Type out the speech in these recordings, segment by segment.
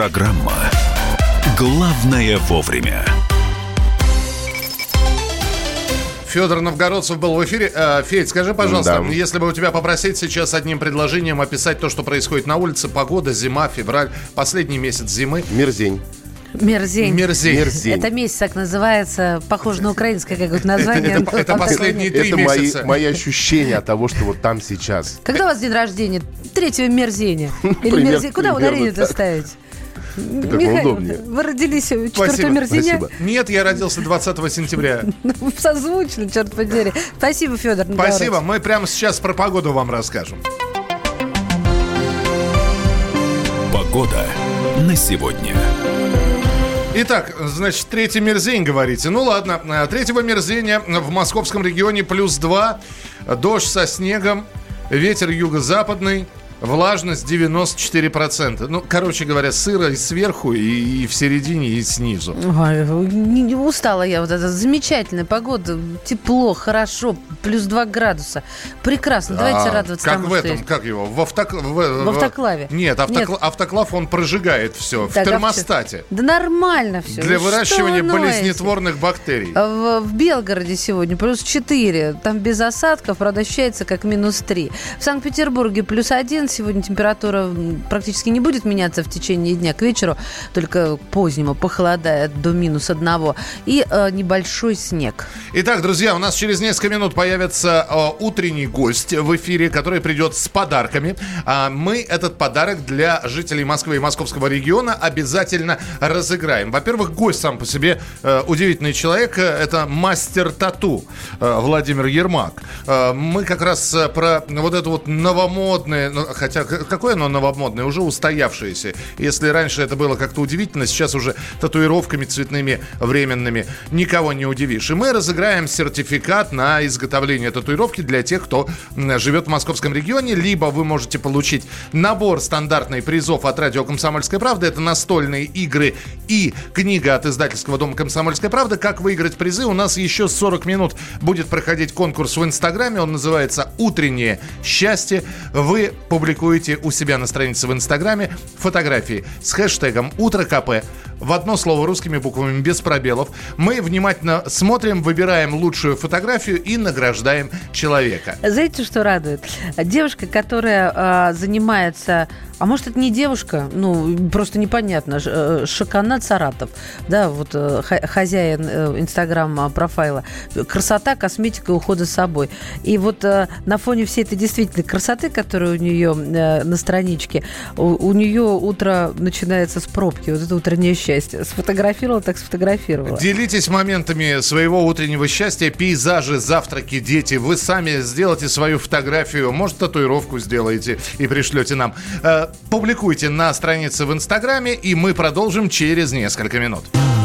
Программа «Главное вовремя». Федор Новгородцев был в эфире. Федь, скажи, пожалуйста, если бы у тебя попросить сейчас одним предложением описать то, что происходит на улице, погода, зима, февраль, последний месяц зимы. Мерзень. Мерзень. Мерзень. Это месяц так называется, похоже на украинское какое-то название. Это последние 3 месяца. Это мои ощущения от того, что вот там сейчас. Когда у вас день рождения? 3-го мерзения. Или мерзень? Куда ударение-то ставить? Михаил, вы родились 4 мерзения? Спасибо. Нет, я родился 20 сентября. Созвучно, черт подери. Спасибо, Федор. Спасибо. Мы прямо сейчас про погоду вам расскажем. Погода на сегодня. Итак, значит, 3-й мерзень, говорите. Ну ладно, 3-го мерзения в московском регионе +2, дождь со снегом, ветер юго-западный, влажность 94%. Ну, короче говоря, сыро и сверху, и в середине, и снизу. Ой, устала я. Вот это замечательная погода. Тепло, хорошо. +2 градуса. Прекрасно. Давайте радоваться как тому, в что этом, есть. как его? В автоклаве. Нет, автоклав, он прожигает все. Так, в термостате. Да нормально все. Для выращивания болезнетворных бактерий. В Белгороде сегодня +4. Там без осадков, правда, ощущается как -3. В Санкт-Петербурге +1. Сегодня температура практически не будет меняться в течение дня. К вечеру только позднему похолодает до -1. И небольшой снег. Итак, друзья, у нас через несколько минут появится утренний гость в эфире, который придет с подарками. Мы этот подарок для жителей Москвы и московского региона обязательно разыграем. Во-первых, гость сам по себе удивительный человек. Это мастер тату Владимир Ермак. Мы как раз про вот это вот новомодное... Хотя, какое оно новомодное? Уже устоявшееся. Если раньше это было как-то удивительно, сейчас уже татуировками цветными, временными никого не удивишь. И мы разыграем сертификат на изготовление татуировки для тех, кто живет в московском регионе. Либо вы можете получить набор стандартных призов от радио «Комсомольская правда». Это настольные игры и книга от издательского дома «Комсомольская правда». Как выиграть призы? У нас еще 40 минут будет проходить конкурс в Инстаграме. Он называется «Утреннее счастье». Вы публикуете у себя на странице в Инстаграме фотографии с хэштегом «Утро КП». В одно слово русскими буквами, без пробелов. Мы внимательно смотрим, выбираем лучшую фотографию и награждаем человека. Знаете, что радует? Девушка, которая занимается... А может, это не девушка? Ну, просто непонятно. Шоконат Саратов. Да, вот хозяин инстаграм-профайла. Красота, косметика и уход за собой. И вот на фоне всей этой действительно красоты, которая у нее на страничке, у нее утро начинается с пробки. Вот это утреннее счастье. Сфотографировала, так сфотографировала. Делитесь моментами своего утреннего счастья. Пейзажи, завтраки, дети. Вы сами сделайте свою фотографию. Может, татуировку сделаете и пришлете нам. Публикуйте на странице в Инстаграме, и мы продолжим через несколько минут.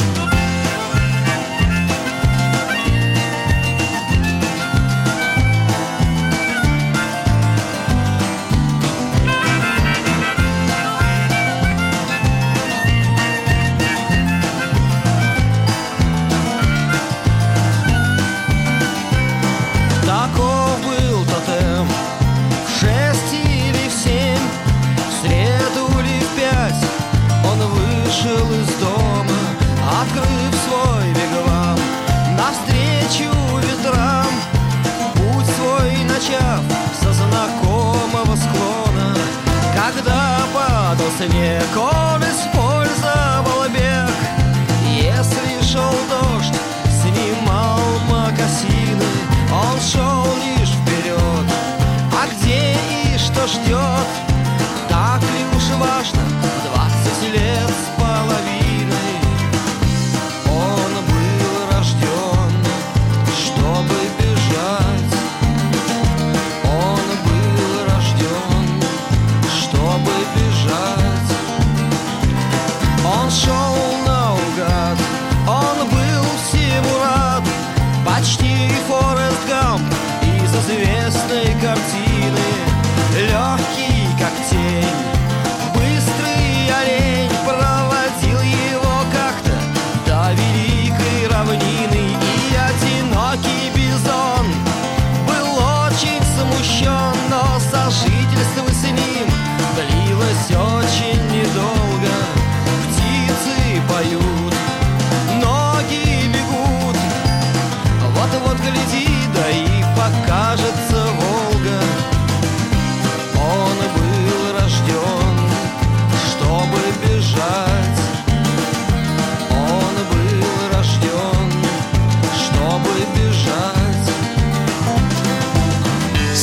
Снег, он использовал бег. Если шел дождь, снимал мокасины. Он шел лишь вперед. А где и что ждет? Так ли уж важно? 20 лет с половиной. Он был рожден, чтобы бежать. Он был рожден, чтобы бежать.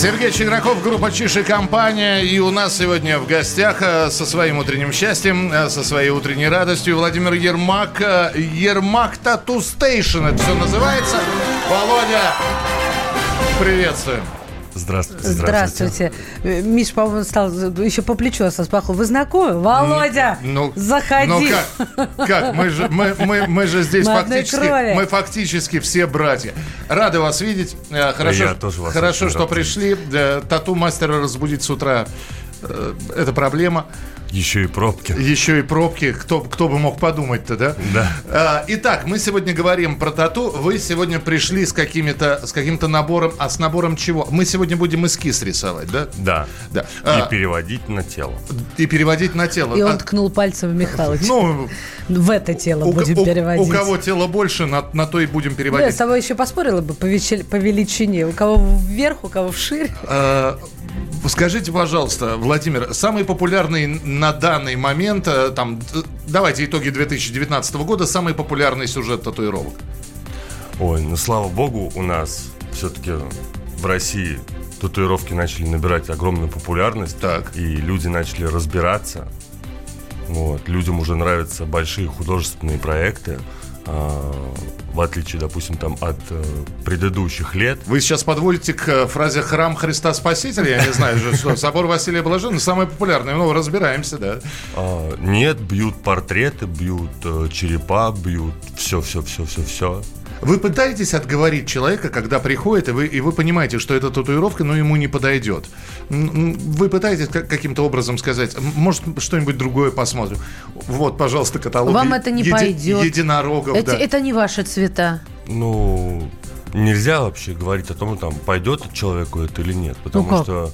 Сергей Чиграков, группа «Чиж и компания». И у нас сегодня в гостях со своим утренним счастьем, со своей утренней радостью Владимир Ермак. Ермак Тату Стейшн это все называется. Володя, приветствуем. Здравствуйте. Здравствуйте. Миш, по-моему, стал еще по плечу спахнул. Вы знакомы? Володя, заходи. Ну как? Мы же здесь мы фактически все братья. Рады вас видеть. Хорошо, что пришли. Тату-мастера разбудить с утра – это проблема. Еще и пробки. Кто бы мог подумать-то, да? Да. Итак, мы сегодня говорим про тату. Вы сегодня пришли с каким-то набором. А с набором чего? Мы сегодня будем эскиз рисовать, да? Да. И переводить на тело. И он ткнул пальцем в Михалыча. В это тело будем переводить. У кого тело больше, на то и будем переводить. Я с тобой еще поспорила бы по величине. У кого вверх, у кого вширь. Скажите, пожалуйста, Владимир, самый популярный на данный момент, давайте итоги 2019 года, самый популярный сюжет татуировок. Ой, слава богу, у нас все-таки в России татуировки начали набирать огромную популярность. Так. И люди начали разбираться. Людям уже нравятся большие художественные проекты. В отличие, допустим, от предыдущих лет. Вы сейчас подводите к фразе «Храм Христа Спасителя», я не знаю, что собор Василия Блаженного самый популярный, разбираемся, да. Нет, бьют портреты, бьют черепа, бьют все. Вы пытаетесь отговорить человека, когда приходит, и вы понимаете, что эта татуировка, ему не подойдет. Вы пытаетесь каким-то образом сказать, может, что-нибудь другое посмотрим. Вот, пожалуйста, каталог. Вам это не пойдет. Единорогов. Это не ваши цвета. Нельзя вообще говорить о том, пойдет человеку это или нет. Потому что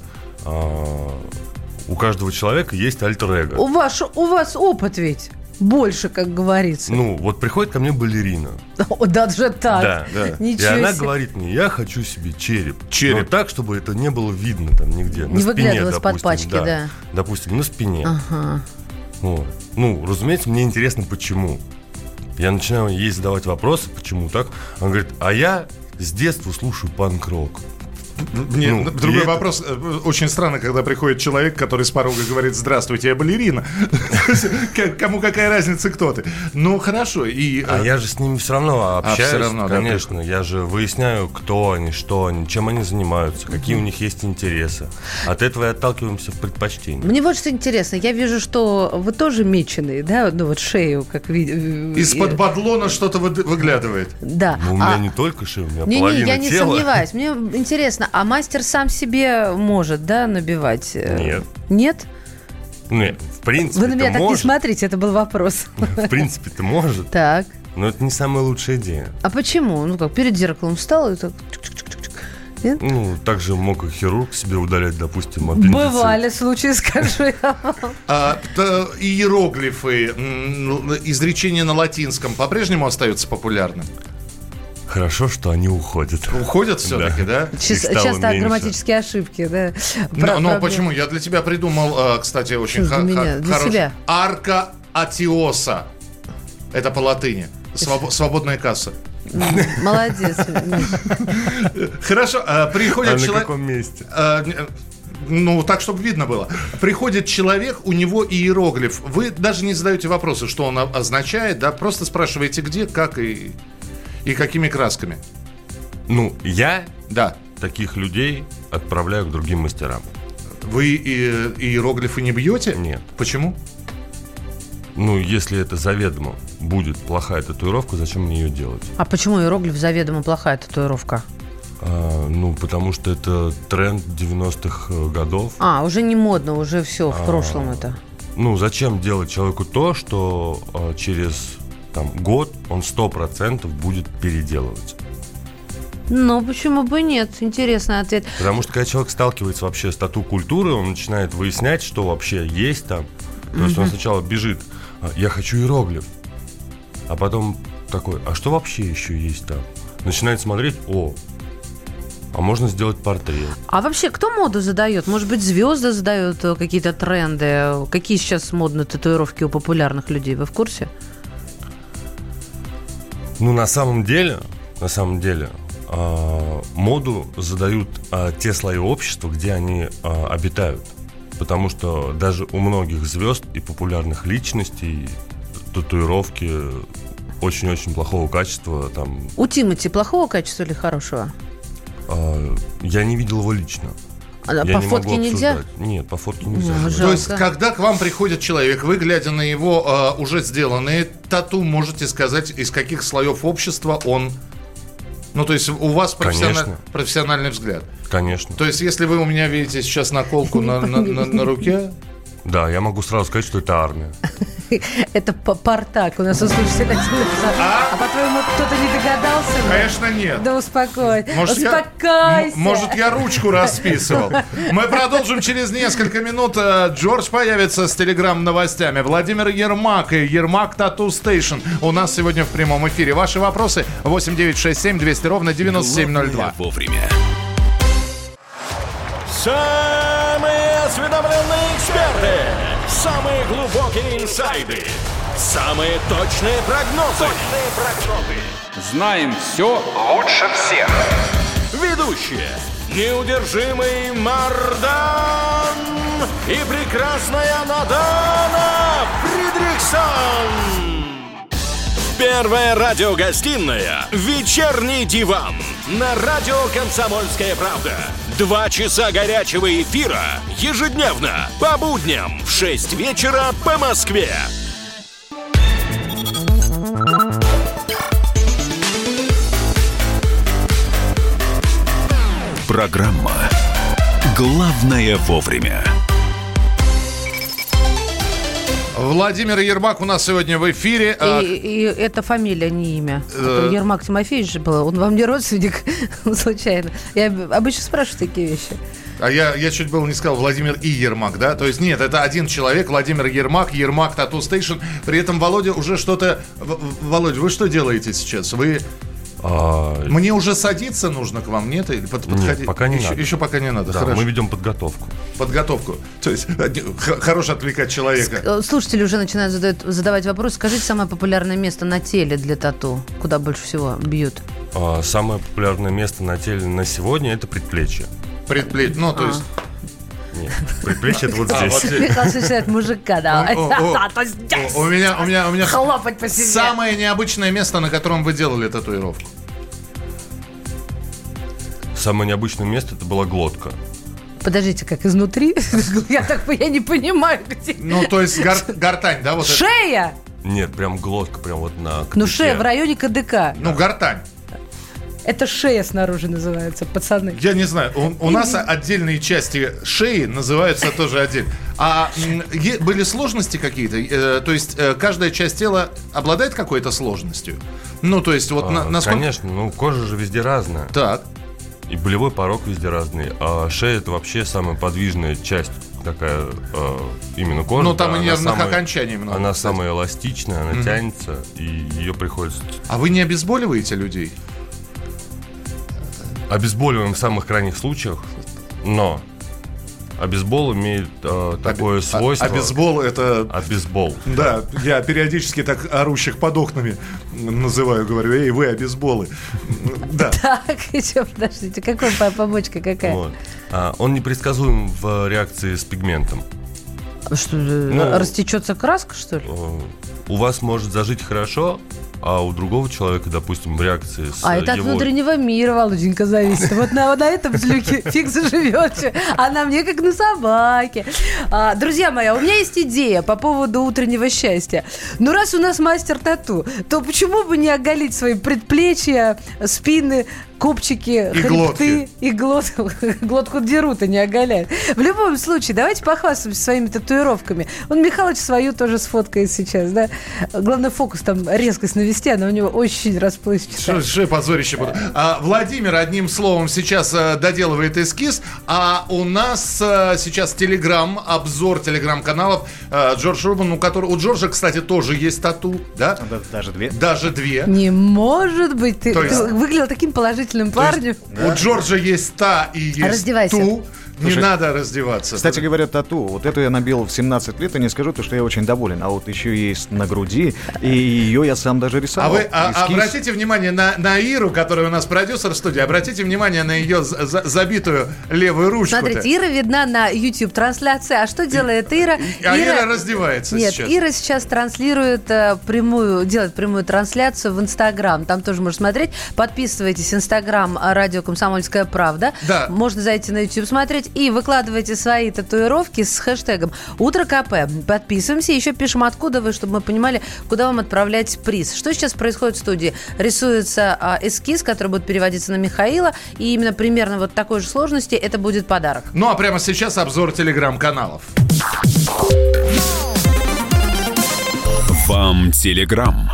у каждого человека есть альтер-эго. У вас опыт ведь больше, как говорится. Приходит ко мне балерина. Даже так? Да. Ничего и она себе. говорит мне, я хочу себе череп. Но так, чтобы это не было видно нигде. Не выглядывалось под пачки, да. Допустим, на спине. Ага. Разумеется, мне интересно, почему. Я начинаю ей задавать вопросы, почему так. Она говорит, а я с детства слушаю панк-рок. Другой вопрос. Очень странно, когда приходит человек, который с порога говорит: «Здравствуйте, я балерина». Кому какая разница, кто ты? Хорошо. А я же с ними все равно общаюсь, конечно. Да, я же выясняю, кто они, что они, чем они занимаются, какие у них есть интересы. От этого и отталкиваемся в предпочтениях. Мне вот что интересно. Я вижу, что вы тоже меченые, да? Шею, как видите. Из-под бадлона что-то выглядывает. Да. У меня не только шея, у меня половина тела. Я не сомневаюсь. Мне интересно, а мастер сам себе может, да, набивать? Нет. Нет? Нет, в принципе, вы на меня так не смотрите, это был вопрос. В принципе-то может. Так. Но это не самая лучшая идея. А почему? Перед зеркалом встал и так... Нет? Так же мог и хирург себе удалять, допустим, аппендицит. Бывали случаи, скажу я вам. Иероглифы, изречения на латинском по-прежнему остаются популярны? Хорошо, что они уходят. Уходят все-таки, да? Часто грамматические ошибки, да. Но почему? Я для тебя придумал, кстати, очень хороший. Арка Атиоса. Это по латыни. Свободная касса. Молодец. Хорошо, приходит человек... на каком месте? Так, чтобы видно было. Приходит человек, у него иероглиф. Вы даже не задаете вопросы, что он означает, да? Просто спрашиваете, где, как и какими красками. Я таких людей отправляю к другим мастерам. Вы иероглифы не бьете? Нет. Почему? Если это заведомо будет плохая татуировка, зачем мне ее делать? А почему иероглиф заведомо плохая татуировка? Потому что это тренд 90-х годов. Уже не модно, уже все в прошлом это. Зачем делать человеку то, что через год он 100% будет переделывать? Почему бы нет? Интересный ответ. Потому что когда человек сталкивается вообще с тату-культурой, он начинает выяснять, что вообще есть там. То есть он сначала бежит, я хочу иероглиф. А потом такой, а что вообще еще есть там? Начинает смотреть, а можно сделать портрет. А вообще, кто моду задает? Может быть, звезды задают какие-то тренды? Какие сейчас модные татуировки у популярных людей? Вы в курсе? На самом деле, моду задают те слои общества, где они обитают. Потому что даже у многих звезд и популярных личностей татуировки очень-очень плохого качества. Там... У Тимати плохого качества или хорошего? Я не видел его лично. По фотке нельзя? Нет, по фотке нельзя. То есть, когда к вам приходит человек, вы, глядя на его уже сделанные тату, можете сказать, из каких слоев общества он... Ну, то есть, у вас профессиональный взгляд. Конечно. То есть, если вы у меня видите сейчас наколку на руке... Да, я могу сразу сказать, что это армия. Это Партак. У нас слушатель начинается. А по-твоему, кто-то не догадался? Конечно, нет. Да успокойся. Успокойся. Может, я ручку расписывал. Мы продолжим через несколько минут. Джордж появится с телеграм-новостями. Владимир Ермак и Ермак Тату Стейшн у нас сегодня в прямом эфире. Ваши вопросы 8-967-200-97-02. Вовремя. Самые осведомленные эксперты, самые глубокие инсайды, самые точные прогнозы. Знаем все лучше всех. Ведущие: неудержимый Мардан и прекрасная Надана Фридрихсон. Первая радиогостинная «Вечерний диван» на радио «Комсомольская правда». 2 часа горячего эфира ежедневно по будням в 6 вечера по Москве. Программа «Главное вовремя». Владимир Ермак у нас сегодня в эфире. И это фамилия, не имя. Ермак Тимофеевич же был. Он вам не родственник случайно? Я обычно спрашиваю такие вещи. А я чуть было не сказал Владимир и Ермак, да? То есть нет, это один человек, Владимир Ермак, Ермак Тату Стейшн. При этом Володя уже что-то... Володя, вы что делаете сейчас? Вы... Мне уже садиться нужно к вам, нет? Нет, пока не надо. Еще пока не надо, да, хорошо. Мы ведем подготовку. То есть хорош отвлекать человека. Слушатели уже начинают задавать вопрос. Скажите, самое популярное место на теле для тату? Куда больше всего бьют? Самое популярное место на теле на сегодня – это предплечье. Предплечье, ну то есть... Нет, предплечье это вот здесь. Михаил начинает мужика, да. У меня хлопать по себе. Самое необычное место, на котором вы делали татуировку. Самое необычное место это была глотка. Подождите, как изнутри? Я не понимаю, где. Ну, то есть гортань, да? Шея! Нет, прям глотка, прям вот на... Ну, шея в районе КДК. Ну, гортань. Это шея снаружи называется, пацаны. Я не знаю, у нас отдельные части шеи называются тоже отдельно. А были сложности какие-то? То есть каждая часть тела обладает какой-то сложностью? Ну, то есть вот насколько... Конечно, ну кожа же везде разная. Так. И болевой порог везде разный. А шея это вообще самая подвижная часть такая, именно кожа. Ну, там и нервных окончаний много. Она самая эластичная, она тянется, и ее приходится... А вы не обезболиваете людей? Обезболиваем в самых крайних случаях, но обезбол имеет такое свойство. Обезбол это... Обезбол. Да, я периодически так орущих под окнами называю, говорю, эй, вы обезболы. Да. Так, еще подождите, какая побочка какая? Вот. Он непредсказуем в реакции с пигментом. Что, растечется краска, что ли? У вас может зажить хорошо, а у другого человека, допустим, в реакции с это от внутреннего мира, Володенька, зависит. Вот на этом злюке фиг заживет. А на мне как на собаке. Друзья мои, у меня есть идея по поводу утреннего счастья. Ну, раз у нас мастер тату, то почему бы не оголить свои предплечья, спины, копчики, и хребты и глотку дерут, а не оголяют. В любом случае, давайте похвастаемся своими татуировками. Он Михалыч свою тоже сфоткает сейчас, да? Главное, фокус там, резкость навести, она у него очень расплывчатая. Что позорище буду. Владимир, одним словом, сейчас доделывает эскиз, а у нас сейчас обзор телеграм-каналов Джордж Рубан, у Джорджа, кстати, тоже есть тату, да? Даже две. Даже две. Не может быть. Ты выглядел таким положительным парнем. У Джорджа есть та и есть Раздевайся. ту. Не надо раздеваться. Кстати говоря, тату. Вот эту я набил в 17 лет, и не скажу, что я очень доволен. А вот еще есть на груди, и ее я сам даже рисовал. А вы обратите внимание на Иру, которая у нас продюсер в студии, обратите внимание на ее забитую левую ручку. Смотрите, Ира видна на YouTube-трансляции. А что делает Ира? Ира раздевается Нет, сейчас. Ира сейчас транслирует делает прямую трансляцию в Инстаграм. Там тоже можно смотреть. Подписывайтесь. Инстаграм радио «Комсомольская правда». Да. Можно зайти на YouTube смотреть. И выкладывайте свои татуировки с хэштегом «Утро КП». Подписываемся. Еще пишем, откуда вы, чтобы мы понимали, куда вам отправлять приз. Что сейчас происходит в студии? Рисуется эскиз, который будет переводиться на Михаила. И именно примерно вот такой же сложности это будет подарок. Ну а прямо сейчас обзор телеграм-каналов. Вам телеграм.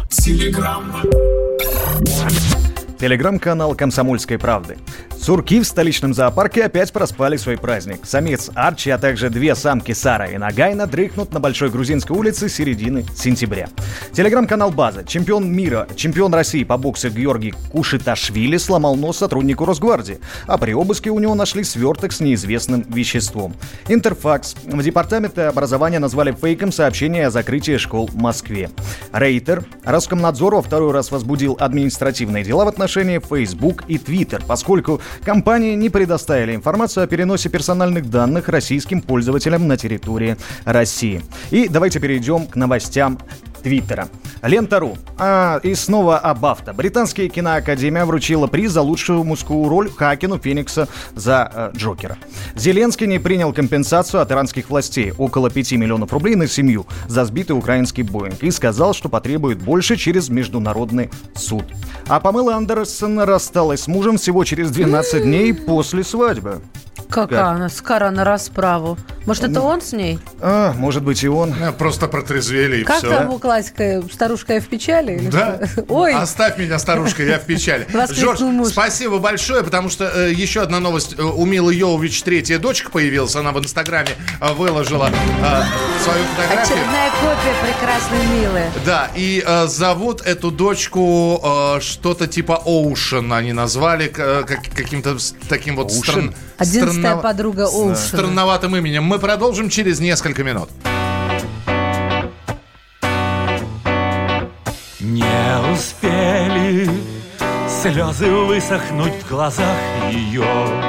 Телеграм-канал «Комсомольской правды». Сурки в столичном зоопарке опять проспали свой праздник. Самец Арчи, а также две самки Сара и Нагайна дрыхнут на Большой Грузинской улице середины сентября. Телеграм-канал «База». Чемпион мира, чемпион России по боксу Георгий Кушиташвили сломал нос сотруднику Росгвардии, а при обыске у него нашли сверток с неизвестным веществом. Интерфакс. В департаменте образования назвали фейком сообщение о закрытии школ в Москве. Рейтер. Роскомнадзор во второй раз возбудил административные дела в отношении Facebook и Twitter, поскольку компании не предоставили информацию о переносе персональных данных российским пользователям на территории России. И давайте перейдем к новостям Твиттера. Лента.ру. И снова об авто. Британская киноакадемия вручила приз за лучшую мужскую роль Хоакину Феникса за Джокера. Зеленский не принял компенсацию от иранских властей, около 5 миллионов рублей на семью, за сбитый украинский Боинг, и сказал, что потребует больше через международный суд. А Памела Андерсон рассталась с мужем всего через 12 дней после свадьбы. Какая она скоро на расправу. Может, это он с ней? Может быть, и он. Просто протрезвели и как все. Как там у классика? Старушка, я в печали? Или да. Что? Ой. Оставь меня, старушка, я в печали. Жорж, спасибо большое, потому что еще одна новость. У Милы Йовович третья дочка появилась. Она в Инстаграме выложила свою фотографию. Очередная копия прекрасной Милы. Да, и зовут эту дочку что-то типа Оушен. Они назвали каким-то таким вот 11-я подруга Оушена. Странноватым именем. Мы продолжим через несколько минут. Не успели слезы высохнуть в глазах ее.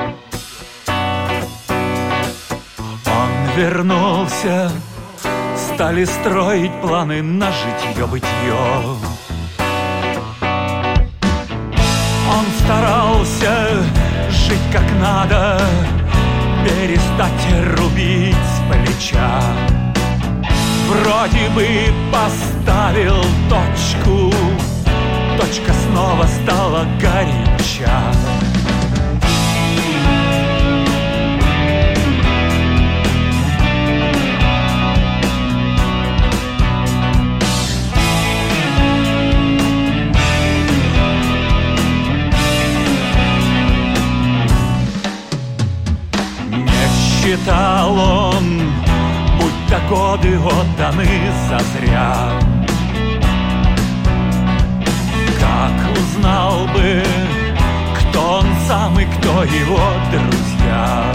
Он вернулся, стали строить планы на житье-бытье. Он старался жить как надо, перестать рубить с плеча. Вроде бы поставил точку, точка снова стала горяча. Считал он, будто годы отданы зазря. Как узнал бы, кто он сам и кто его друзья.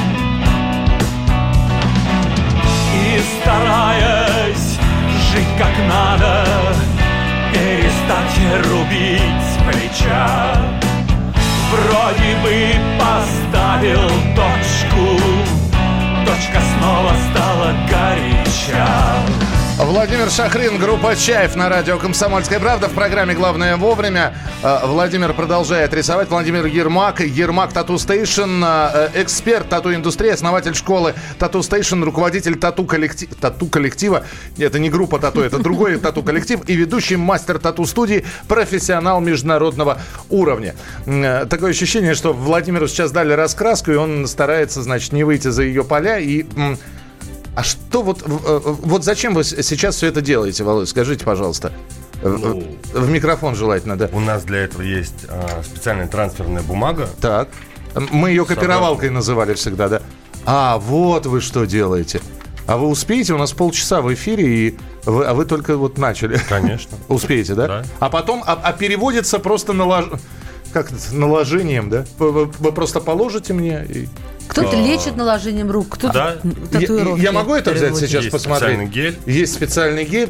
И стараясь жить как надо, перестать рубить с плеча. Вроде бы поставил точку, точка снова стала горяча. Владимир Шахрин, группа «Чайф» на радио «Комсомольская правда» в программе «Главное вовремя». Владимир продолжает рисовать. Владимир Ермак, Ермак Тату Стейшн, эксперт тату-индустрии, основатель школы Тату Стейшн, руководитель тату-коллектива. Это не группа тату, это другой тату-коллектив. И ведущий мастер тату-студии, профессионал международного уровня. Такое ощущение, что Владимиру сейчас дали раскраску, и он старается, значит, не выйти за ее поля и... А что вот зачем вы сейчас все это делаете, Володь? Скажите, пожалуйста. В микрофон желательно, да. У нас для этого есть специальная трансферная бумага. Так. Мы ее копировалкой называли всегда, да? А, вот вы что делаете. А вы успеете? У нас полчаса в эфире, а вы только вот начали. Конечно. Успеете, да? Да. А потом, переводится просто наложением, да? Вы просто положите мне Кто-то лечит наложением рук, кто-то татуировки. Я могу это взять сейчас Есть посмотреть? специальный гель. Есть специальный гель.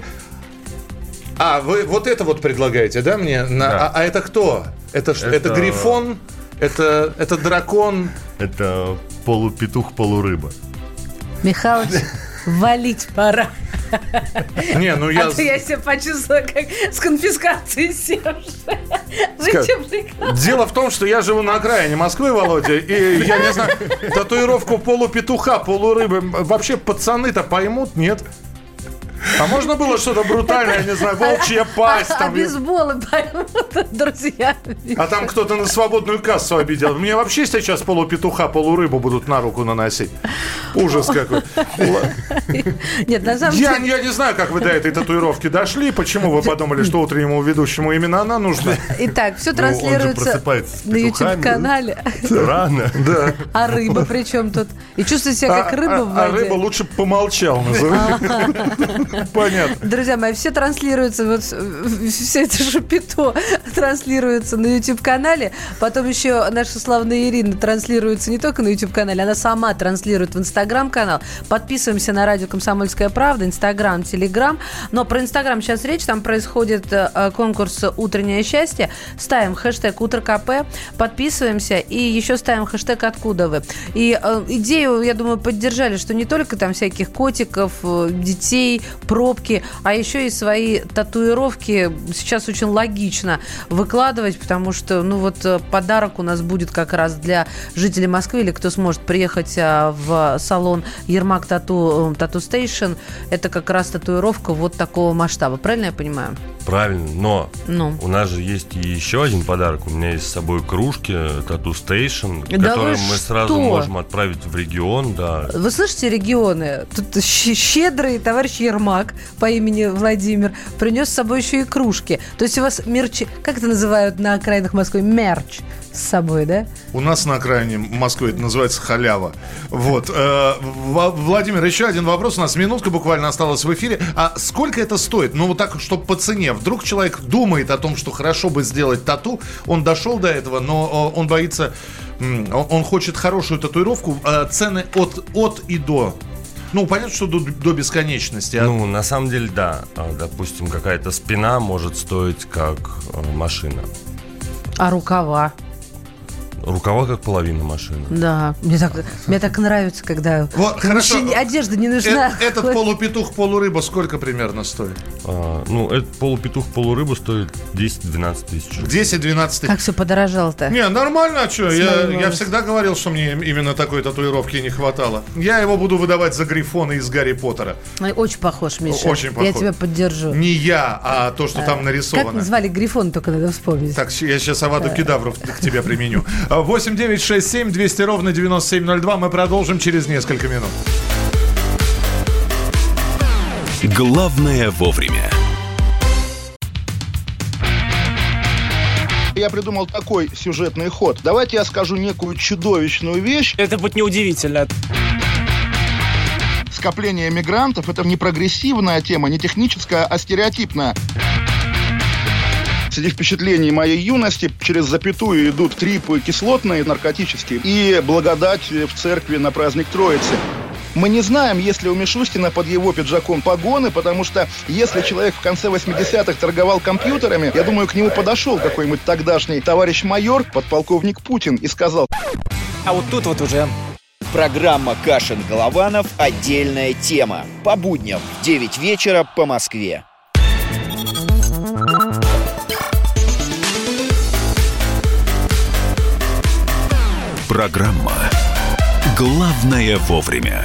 А, вы вот это вот предлагаете, да, мне? Да. А это кто? Это грифон? Это дракон? Это полупетух, полурыба. Михалыч, валить пора. Не, ну я... А то я себя почувствовала, как с конфискацией Сержа. Зачем прикалываться? Дело в том, что я живу на окраине Москвы, Володя, и я не знаю, татуировку полупетуха, полурыбы, вообще пацаны-то поймут, нет? А можно было что-то брутальное, я не знаю, волчья пасть А там. бейсболы поймут, друзья. А там кто-то на свободную кассу обидел. Мне вообще сейчас полупетуха, полурыбу будут на руку наносить. Ужас какой. Нет, на самом деле... Я не знаю, как вы до этой татуировки дошли. Почему вы подумали, что утреннему ведущему именно она нужна? Итак, все Он же транслируется просыпается с на петухами. YouTube-канале. Рано. Да. А рыба при чем тут? И чувствует себя как рыба в А воде. рыба лучше бы помолчал, называется. Понятно. Друзья мои, все транслируется, вот все это шапито транслируется на YouTube-канале. Потом еще наша славная Ирина транслируется не только на YouTube-канале, она сама транслирует в Instagram-канал. Подписываемся на радио «Комсомольская правда», Instagram, Telegram. Но про Instagram сейчас речь, там происходит конкурс «Утреннее счастье». Ставим хэштег «Утро КП», подписываемся и еще ставим хэштег «Откуда вы?». И идею, я думаю, поддержали, что не только там всяких котиков, детей, пробки, а еще и свои татуировки сейчас очень логично выкладывать, потому что, ну вот, подарок у нас будет как раз для жителей Москвы, или кто сможет приехать в салон Ермак Тату Стейшн. Это как раз татуировка вот такого масштаба. Правильно я понимаю? Правильно, но у нас же есть и еще один подарок. У меня есть с собой кружки Tattoo Station, Да которые вы мы сразу что? можем отправить в регион, да. Вы слышите, регионы? Тут щедрый товарищ Ермак по имени Владимир принес с собой еще и кружки. То есть у вас мерч, как это называют на окраинах Москвы? Мерч с собой, да? У нас на окраине Москвы это называется халява. Вот. Владимир, еще один вопрос. У нас минутка буквально осталась в эфире. А сколько это стоит? Ну, вот так, чтобы по цене. Вдруг человек думает о том, что хорошо бы сделать тату. Он дошел до этого, но он боится... Он хочет хорошую татуировку. Цены от и до. Ну, понятно, что до бесконечности. Ну, на самом деле, да. Допустим, какая-то спина может стоить как машина. А рукава? Рукава как половина машины. Да, мне так нравится, когда вот, хорошо. Одежда не нужна. Этот полупетух, полурыба сколько примерно стоит? Этот полупетух, полурыба стоит 10-12 тысяч. 10-12 тысяч. Как все подорожало-то? Не, нормально, а что? Я всегда говорил, что мне именно такой татуировки не хватало. Я его буду выдавать за Грифона из Гарри Поттера. Очень похож, Миша. Очень похож. Я тебя поддержу. Не я, а то, что там нарисовано. Как назвали Грифон, только надо вспомнить. Так, я сейчас Аваду Кедавру к тебе применю. 8-967-200-97-02. Мы продолжим через несколько минут. Главное вовремя. Я придумал такой сюжетный ход. Давайте я скажу некую чудовищную вещь. Это будет неудивительно. Скопление мигрантов – это не прогрессивная тема, не техническая, а стереотипная. Среди впечатлений моей юности через запятую идут трипы кислотные, наркотические, и благодать в церкви на праздник Троицы. Мы не знаем, есть ли у Мишустина под его пиджаком погоны, потому что если человек в конце 80-х торговал компьютерами, я думаю, к нему подошел какой-нибудь тогдашний товарищ майор, подполковник Путин, и сказал: а вот тут вот уже... Программа «Кашин-Голованов. Отдельная тема». По будням в 9 вечера по Москве. Программа «Главное вовремя».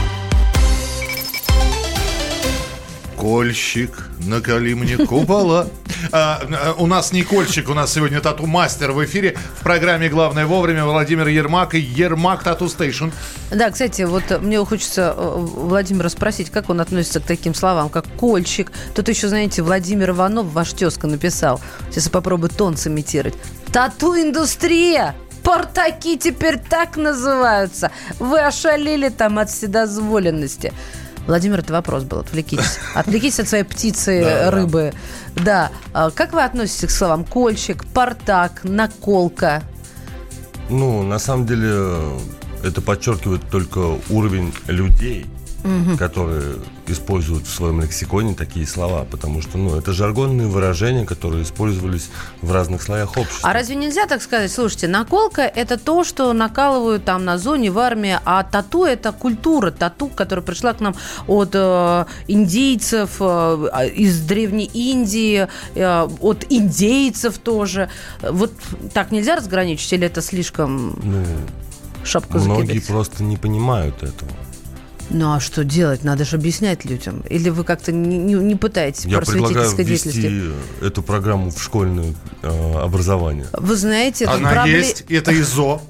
Кольщик, наколи мне купола. У нас не кольщик, у нас сегодня тату-мастер в эфире. В программе «Главное вовремя» Владимир Ермак и Ермак Тату Стейшн. Да, кстати, вот мне хочется Владимира спросить, как он относится к таким словам, как кольщик. Тут еще, знаете, Владимир Иванов, ваш тезка, написал. Сейчас я попробую тон сымитировать. Тату-индустрия! Портаки теперь так называются. Вы ошалели там от вседозволенности. Владимир, это вопрос был. Отвлекитесь. Отвлекитесь от своей птицы, рыбы. Да. Как вы относитесь к словам кольщик, портак, наколка? Ну, на самом деле, это подчеркивает только уровень людей, которые используют в своем лексиконе такие слова, потому что, это жаргонные выражения, которые использовались в разных слоях общества. А разве нельзя так сказать? Слушайте, наколка – это то, что накалывают там на зоне в армии, а тату – это культура, тату, которая пришла к нам от индейцев, из Древней Индии, от индейцев тоже. Вот так нельзя разграничить, или это слишком шапку закидать? Многие просто не понимают этого. Ну, а что делать? Надо же объяснять людям. Или вы как-то не пытаетесь просветительской деятельности? Я предлагаю ввести эту программу в школьное образование. Вы знаете... Она есть, это ИЗО.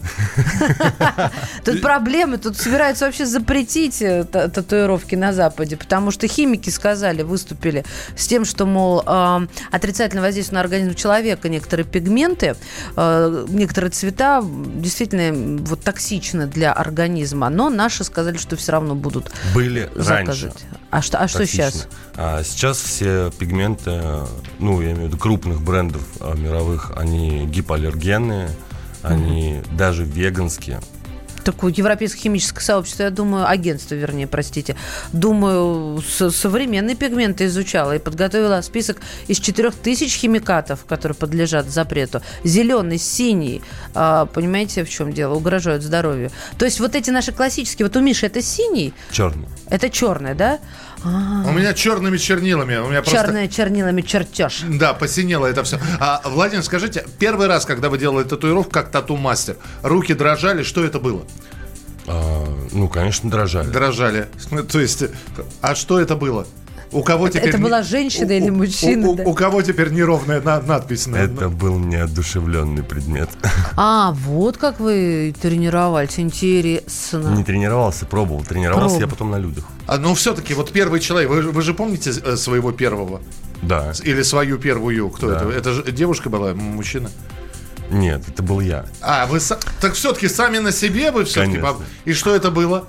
Тут проблемы, тут собираются вообще запретить татуировки на Западе, потому что химики выступили с тем, что, мол, отрицательно воздействуют на организм человека некоторые пигменты, некоторые цвета действительно токсичны для организма, но наши сказали, что все равно будут были заказывать. Раньше. А что сейчас? А сейчас все пигменты, я имею в виду крупных брендов мировых, они гипоаллергенные, они даже веганские. Такое европейское химическое сообщество, я думаю, агентство, думаю, современные пигменты изучала и подготовила список из 4000 химикатов, которые подлежат запрету. Зеленый, синий, понимаете, в чем дело, угрожают здоровью. То есть вот эти наши классические, у Миши это синий? Черный. Это черный, да? У меня черными чернилами. Черными чернилами чертеж. Да, посинело это все. Владимир, скажите, первый раз, когда вы делали татуировку как тату-мастер, руки дрожали, что это было? Конечно, дрожали. Дрожали. То есть, а что это было? У кого теперь... Это была женщина или мужчина? У кого теперь неровная надпись? Это был неодушевленный предмет. Вот как вы тренировались, интересно. Не тренировался, пробовал. Тренировался я потом на людях. Но все-таки первый человек, вы же помните своего первого? Да. Или свою первую? Кто да. это? Это же девушка была, мужчина? Нет, это был я. Вы так все-таки сами на себе вы все-таки? Конечно. И что это было?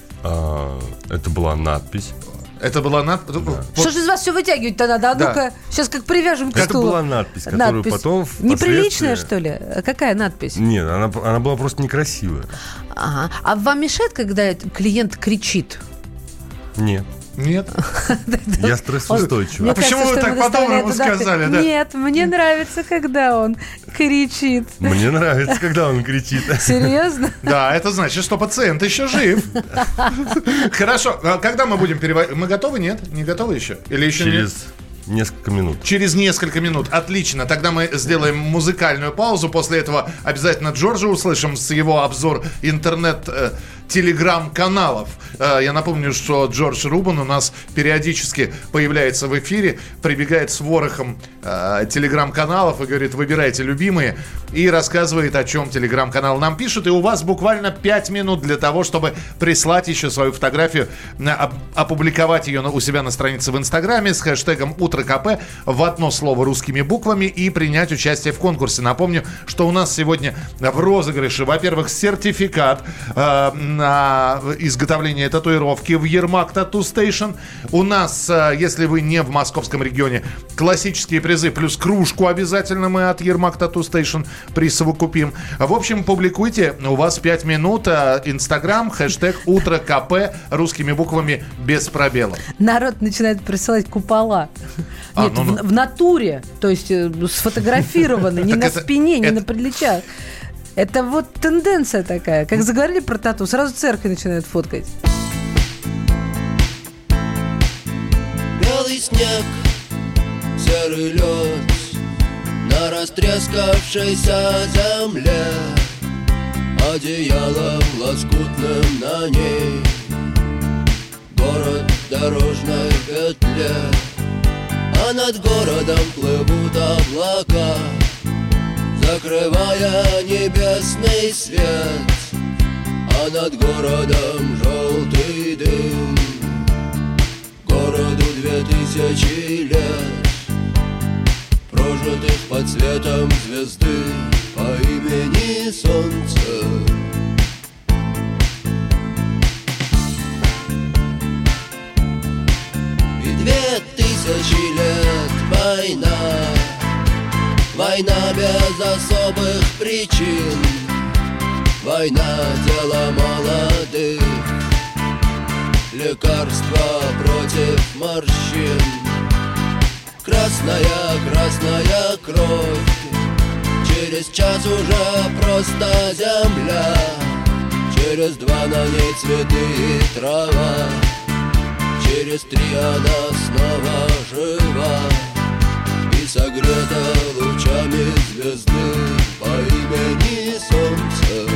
Это была надпись. Это была надпись? Да. Что же из вас все вытягивать-то надо? А ну-ка, сейчас как привяжем к стулу. Это была надпись, которую потом неприличная, что ли? Какая надпись? Нет, она была просто некрасивая. Ага. А вам мешает, когда клиент кричит? Нет. Нет? Я стрессоустойчивый. А почему вы так по-доброму сказали? Нет, мне нравится, когда он кричит. Мне нравится, когда он кричит. Серьезно? Да, это значит, что пациент еще жив. Хорошо, когда мы будем переводить? Мы готовы, нет? Не готовы еще? Или еще нет? Через несколько минут. Через несколько минут. Отлично. Тогда мы сделаем музыкальную паузу. После этого обязательно Джорджа услышим с его обзор телеграм-каналов. Я напомню, что Джордж Рубан у нас периодически появляется в эфире, прибегает с ворохом телеграм-каналов и говорит: выбирайте любимые, и рассказывает, о чем телеграм-канал нам пишет. И у вас буквально 5 минут для того, чтобы прислать еще свою фотографию, опубликовать ее у себя на странице в Инстаграме с хэштегом «Утро КП» в одно слово русскими бумагами и принять участие в конкурсе. Напомню, что у нас сегодня в розыгрыше, во-первых, сертификат на изготовление татуировки в Ермак Тату Стейшн. У нас, если вы не в московском регионе, классические призы плюс кружку обязательно мы от Ермак Тату Стейшн присовокупим. В общем, публикуйте, у вас 5 минут. Инстаграм, хэштег «Утро КП» русскими буквами без пробелов. Народ начинает присылать купола. Нет, в натуре, то есть сфотографированы, не на спине, не на плечах. Это тенденция такая. Как заговорили про тату, сразу церкви начинают фоткать. Белый снег, серый лед на растрескавшейся земле, одеялом лоскутным на ней город в дорожной петле, а над городом плывут облака, закрывая небесный свет, а над городом желтый дым. Городу 2000 лет, прожитых под светом звезды по имени Солнце. И 2000 лет война, война без особых причин, война — дело лекарство против морщин. Красная, красная кровь, через час уже просто земля, через 2 на ней цветы и трава, через 3 она снова жива и согрета лучами звезды по имени Солнце.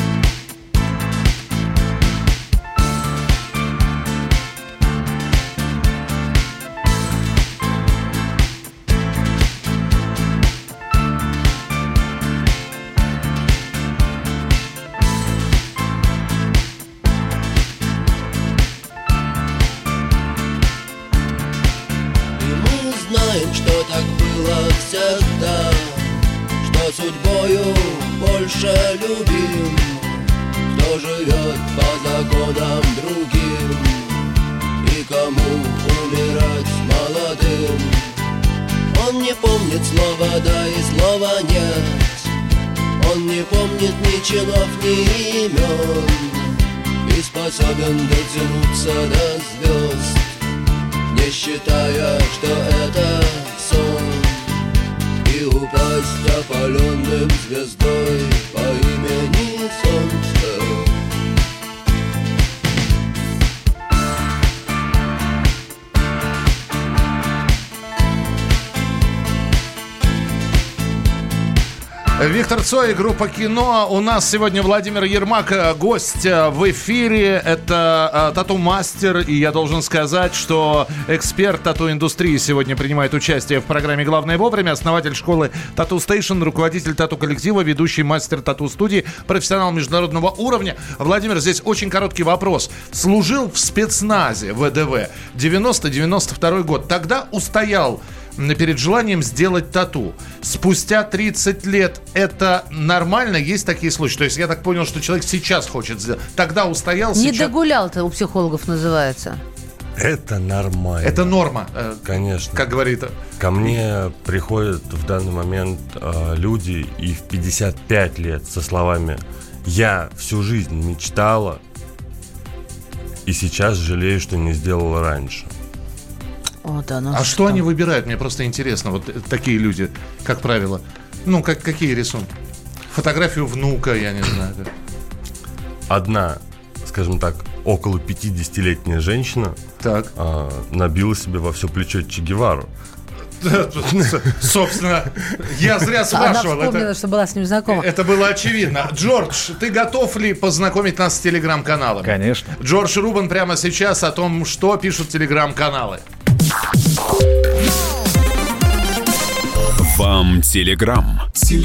Знаем, что так было всегда, что судьбою больше любим, кто живет по законам другим и кому умирать молодым. Он не помнит слова «да» и слова «нет», он не помнит ни чинов, ни имен и способен дотянуться до звезд, не считая, что это сон, и упасть опаленным звездой по имени Солнце. Виктор Цой, группа «Кино». У нас сегодня Владимир Ермак, гость в эфире. Это тату-мастер. И я должен сказать, что эксперт тату-индустрии сегодня принимает участие в программе «Главное вовремя». Основатель школы Tattoo Station, руководитель тату-коллектива, ведущий мастер тату-студии, профессионал международного уровня. Владимир, здесь очень короткий вопрос. Служил в спецназе ВДВ 90-92 год. Тогда устоял перед желанием сделать тату. Спустя 30 лет это нормально? Есть такие случаи? То есть я так понял, что человек сейчас хочет сделать. Тогда устоял, Не сейчас... догулял-то у психологов называется. Это нормально. Это норма. Конечно. Как говорит. Ко мне приходят в данный момент люди и в 55 лет со словами: «Я всю жизнь мечтала и сейчас жалею, что не сделала раньше». О, да, ну а что они выбирают? Мне просто интересно. Вот такие люди, как правило. Ну, какие рисунки? Фотографию внука, я не знаю. Одна, скажем так, около 50-летняя женщина набила себе во все плечо Че Гевару. Собственно, я зря спрашивал. Она вспомнила, что была с ним знакома. Это было очевидно. Джордж, ты готов ли познакомить нас с телеграм-каналами? Конечно. Джордж Рубан прямо сейчас о том, что пишут телеграм-каналы. Вам телеграм.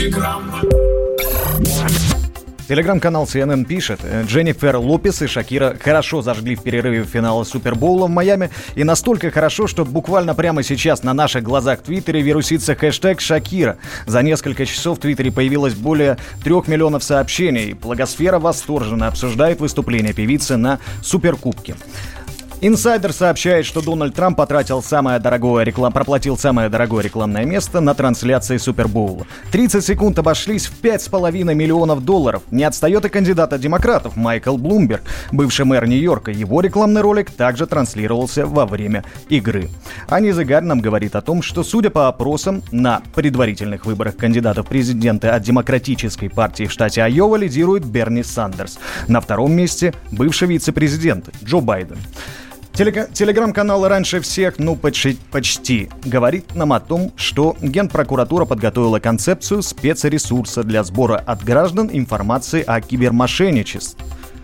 Телеграм-канал CNN пишет: Дженнифер Лопес и Шакира хорошо зажгли в перерыве финала Супербоула в Майами. И настолько хорошо, что буквально прямо сейчас на наших глазах в Твиттере вирусится хэштег Шакира. За несколько часов в Твиттере появилось более 3 миллионов сообщений. Благосфера восторженно обсуждает выступление певицы на Суперкубке. Инсайдер сообщает, что Дональд Трамп проплатил самое дорогое рекламное место на трансляции Супербоула. 30 секунд обошлись в $5,5 миллионов. Не отстает и кандидат от демократов Майкл Блумберг, бывший мэр Нью-Йорка. Его рекламный ролик также транслировался во время игры. А Низыгарь нам говорит о том, что, судя по опросам, на предварительных выборах кандидатов в президенты от демократической партии в штате Айова лидирует Берни Сандерс. На втором месте бывший вице-президент Джо Байден. Телеграм-канал «Раньше всех», почти, говорит нам о том, что Генпрокуратура подготовила концепцию спецресурса для сбора от граждан информации о кибермошенничествах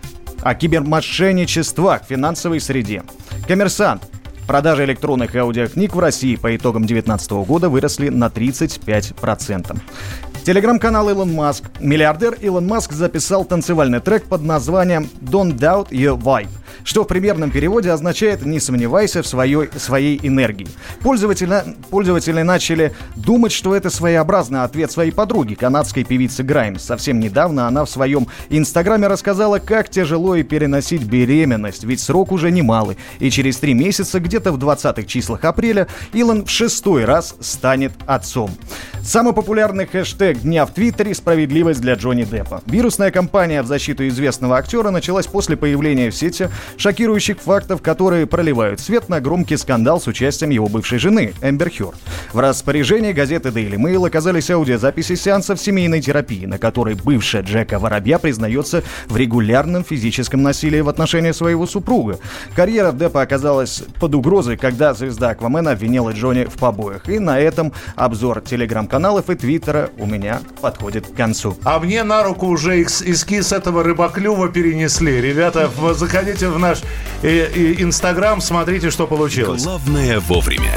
в финансовой среде. Коммерсант. Продажи электронных и аудиокниг в России по итогам 2019 года выросли на 35%. Телеграм-канал Илон Маск. Миллиардер Илон Маск записал танцевальный трек под названием «Don't Doubt Your Vibe», что в примерном переводе означает «не сомневайся в своей энергии». Пользователи начали думать, что это своеобразный ответ своей подруги, канадской певицы Граймс. Совсем недавно она в своем инстаграме рассказала, как тяжело ей переносить беременность, ведь срок уже немалый, и через 3 месяца, где-то в 20-х числах апреля, Илон в 6-й раз станет отцом. Самый популярный хэштег дня в Твиттере — «Справедливость для Джонни Деппа». Вирусная кампания в защиту известного актера началась после появления в сети Шокирующих фактов, которые проливают свет на громкий скандал с участием его бывшей жены, Эмбер Хёрд. В распоряжении газеты Daily Mail оказались аудиозаписи сеансов семейной терапии, на которой бывшая Джека Воробья признается в регулярном физическом насилии в отношении своего супруга. Карьера Деппа оказалась под угрозой, когда звезда Аквамена обвинила Джонни в побоях. И на этом обзор телеграм-каналов и твиттера у меня подходит к концу. А мне на руку уже эскиз этого рыбоклюва перенесли. Ребята, заходите в наш Инстаграм, смотрите, что получилось. Главное вовремя.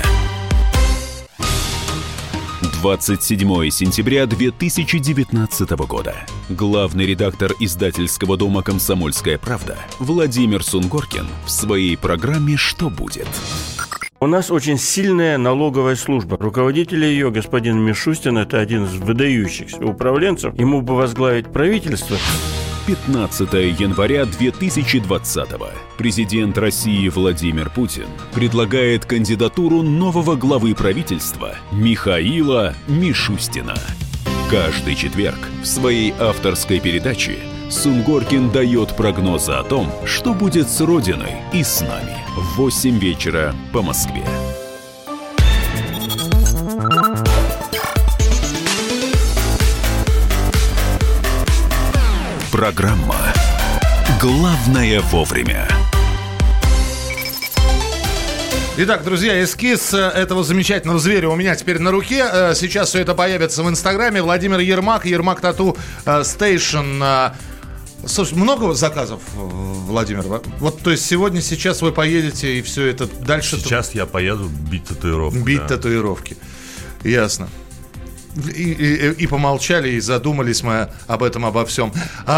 27 сентября 2019 года. Главный редактор издательского дома «Комсомольская правда» Владимир Сунгоркин в своей программе «Что будет?». У нас очень сильная налоговая служба. Руководитель ее, господин Мишустин, это один из выдающихся управленцев. Ему бы возглавить правительство. 15 января 2020-го. Президент России Владимир Путин предлагает кандидатуру нового главы правительства Михаила Мишустина. Каждый четверг в своей авторской передаче Сунгоркин дает прогнозы о том, что будет с Родиной и с нами. В 8 вечера по Москве. Программа «Главное вовремя». Итак, друзья, эскиз этого замечательного зверя у меня теперь на руке. Сейчас все это появится в Инстаграме. Владимир Ермак, Ермак Тату Стейшн. Слушай, много заказов, Владимир? Вот, то есть сегодня, сейчас вы поедете и все это дальше... Сейчас я поеду бить татуировки. Бить татуировки. Ясно. И помолчали, и задумались мы об этом, обо всем.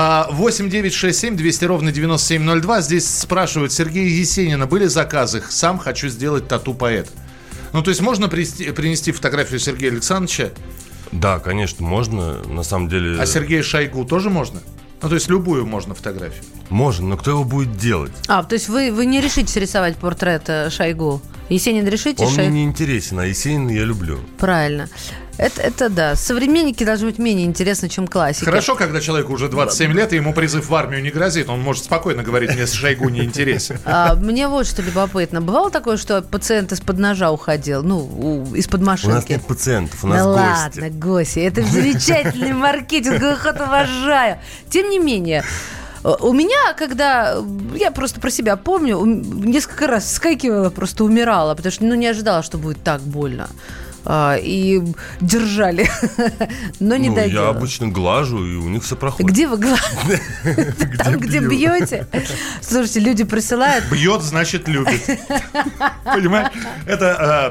8-967-200-97-02. Здесь спрашивают: Сергея Есенина, были заказы? Сам хочу сделать тату-поэт. Ну, то есть можно принести фотографию Сергея Александровича? Да, конечно, можно, на самом деле. А Сергея Шойгу тоже можно? Ну, то есть любую можно фотографию? Можно, но кто его будет делать? То есть вы не решитесь рисовать портрет Шойгу? Есенин решите? Он мне не интересен, а Есенина я люблю. Правильно. Это да. Современники должны быть менее интересны, чем классики. Хорошо, когда человеку уже 27 лет, и ему призыв в армию не грозит. Он может спокойно говорить: мне Шойгу не интересен. Мне вот что любопытно. Бывало такое, что пациент из-под ножа уходил? Из-под машинки? У нас нет пациентов, у нас гости. Ладно, гости. Это замечательный маркетинговый ход, уважаю. Тем не менее... У меня, когда, я просто про себя помню, несколько раз вскакивала, просто умирала, потому что не ожидала, что будет так больно. И держали, но не доделали. Я обычно глажу, и у них все проходит. Где вы глажете? Там, где бьете? Слушайте, люди присылают. Бьет, значит, любит. Понимаешь? Это...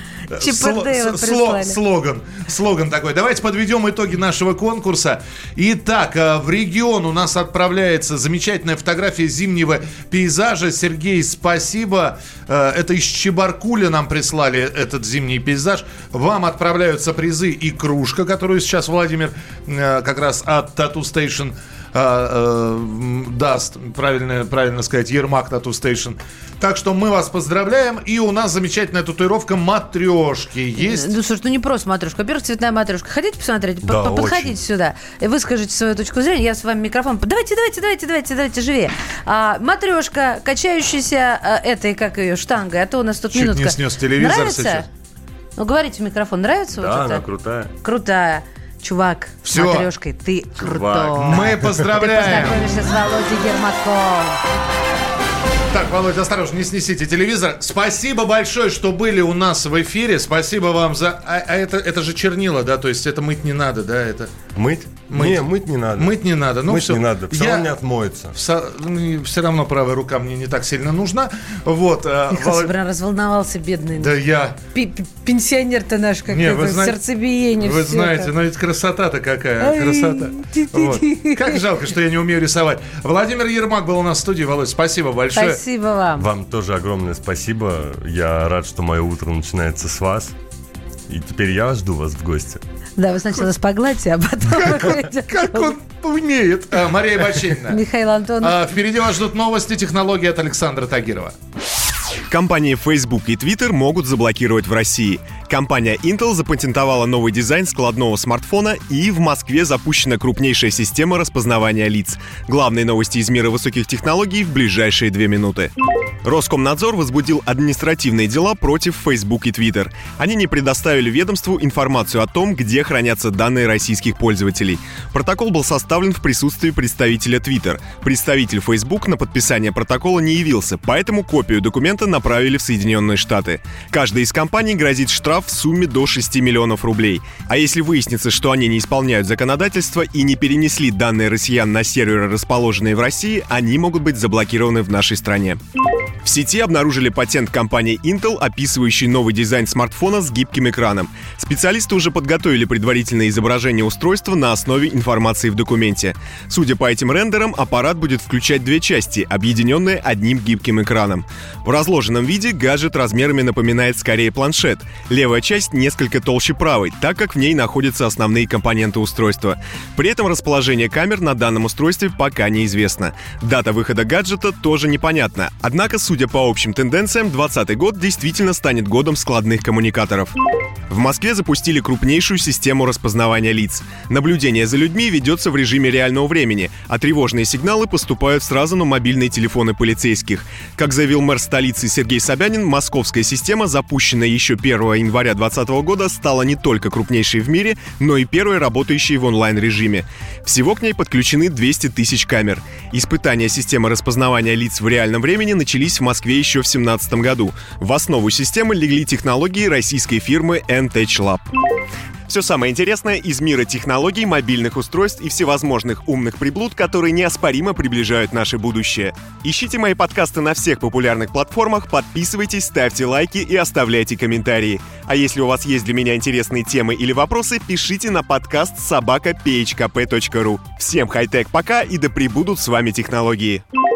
Слоган такой. Давайте подведем итоги нашего конкурса. Итак, в регион у нас отправляется замечательная фотография зимнего пейзажа. Сергей, спасибо. Это из Чебаркуля нам прислали этот зимний пейзаж. Вам отправляются призы и кружка, которую сейчас Владимир как раз от Tattoo Station даст, правильно сказать, Ермак Tattoo Station. Так что мы вас поздравляем. И у нас замечательная татуировка матрешки есть. Ну, слушай, не просто матрешка. Во-первых, цветная матрешка. Хотите посмотреть? Да, подходите очень. Сюда и выскажите свою точку зрения. Я с вами микрофон. Давайте, живее. Матрешка, качающаяся этой, как ее, штангой. А то у нас тут чуть минутка. Не снес телевизор. Нравится? Сейчас. Ну, говорите в микрофон. Нравится? Да, вот она это? крутая. Крутая. Чувак, с матрешкой, ты крутой. Мы поздравляем. Ты познакомишься с Володей Ермаком. Так, Володя, осторожно, не снесите телевизор. Спасибо большое, что были у нас в эфире. Спасибо вам за... это же чернила, да? То есть это мыть не надо, да? Это... Мыть? Не, мыть не надо. Мыть не надо. Мыть не надо, все равно не отмоется. Все равно правая рука мне не так сильно нужна. Вот. Прям разволновался, бедный. Да я... Пенсионер-то наш, как сердцебиение. Вы знаете, но ведь красота-то какая. Красота. Вот. Как жалко, что я не умею рисовать. Владимир Ермак был у нас в студии. Володь, спасибо большое. Спасибо вам. Вам тоже огромное спасибо. Я рад, что мое утро начинается с вас. И теперь я жду вас в гости. Да, вы сначала нас погладьте, а потом... Как он умеет. Мария Баченина. Михаил Антонов. Впереди вас ждут новости, технологии от Александра Тагирова. Компании Facebook и Twitter могут заблокировать в России. Компания Intel запатентовала новый дизайн складного смартфона, и в Москве запущена крупнейшая система распознавания лиц. Главные новости из мира высоких технологий в ближайшие 2 минуты. Роскомнадзор возбудил административные дела против Facebook и Twitter. Они не предоставили ведомству информацию о том, где хранятся данные российских пользователей. Протокол был составлен в присутствии представителя Twitter. Представитель Facebook на подписание протокола не явился, поэтому копию документа направили в Соединенные Штаты. Каждой из компаний грозит штраф в сумме до 6 миллионов рублей. А если выяснится, что они не исполняют законодательство и не перенесли данные россиян на серверы, расположенные в России, они могут быть заблокированы в нашей стране. В сети обнаружили патент компании Intel, описывающий новый дизайн смартфона с гибким экраном. Специалисты уже подготовили предварительное изображение устройства на основе информации в документе. Судя по этим рендерам, аппарат будет включать 2 части, объединенные одним гибким экраном. В разложенном виде гаджет размерами напоминает скорее планшет. Левая часть несколько толще правой, так как в ней находятся основные компоненты устройства. При этом расположение камер на данном устройстве пока неизвестно. Дата выхода гаджета тоже непонятна. Однако, судя по общим тенденциям, 2020 год действительно станет годом складных коммуникаторов. В Москве запустили крупнейшую систему распознавания лиц. Наблюдение за людьми ведется в режиме реального времени, а тревожные сигналы поступают сразу на мобильные телефоны полицейских. Как заявил мэр столицы Сергей Собянин, московская система, запущенная еще 1 января 2020 года, стала не только крупнейшей в мире, но и первой работающей в онлайн-режиме. Всего к ней подключены 200 тысяч камер. Испытания системы распознавания лиц в реальном времени начались в Москве еще в 2017 году. В основу системы легли технологии российской фирмы N-Tech Lab. Все самое интересное из мира технологий, мобильных устройств и всевозможных умных приблуд, которые неоспоримо приближают наше будущее. Ищите мои подкасты на всех популярных платформах, подписывайтесь, ставьте лайки и оставляйте комментарии. А если у вас есть для меня интересные темы или вопросы, пишите на подкаст @phkp.ru. Всем хай-тек пока и да пребудут с вами технологии.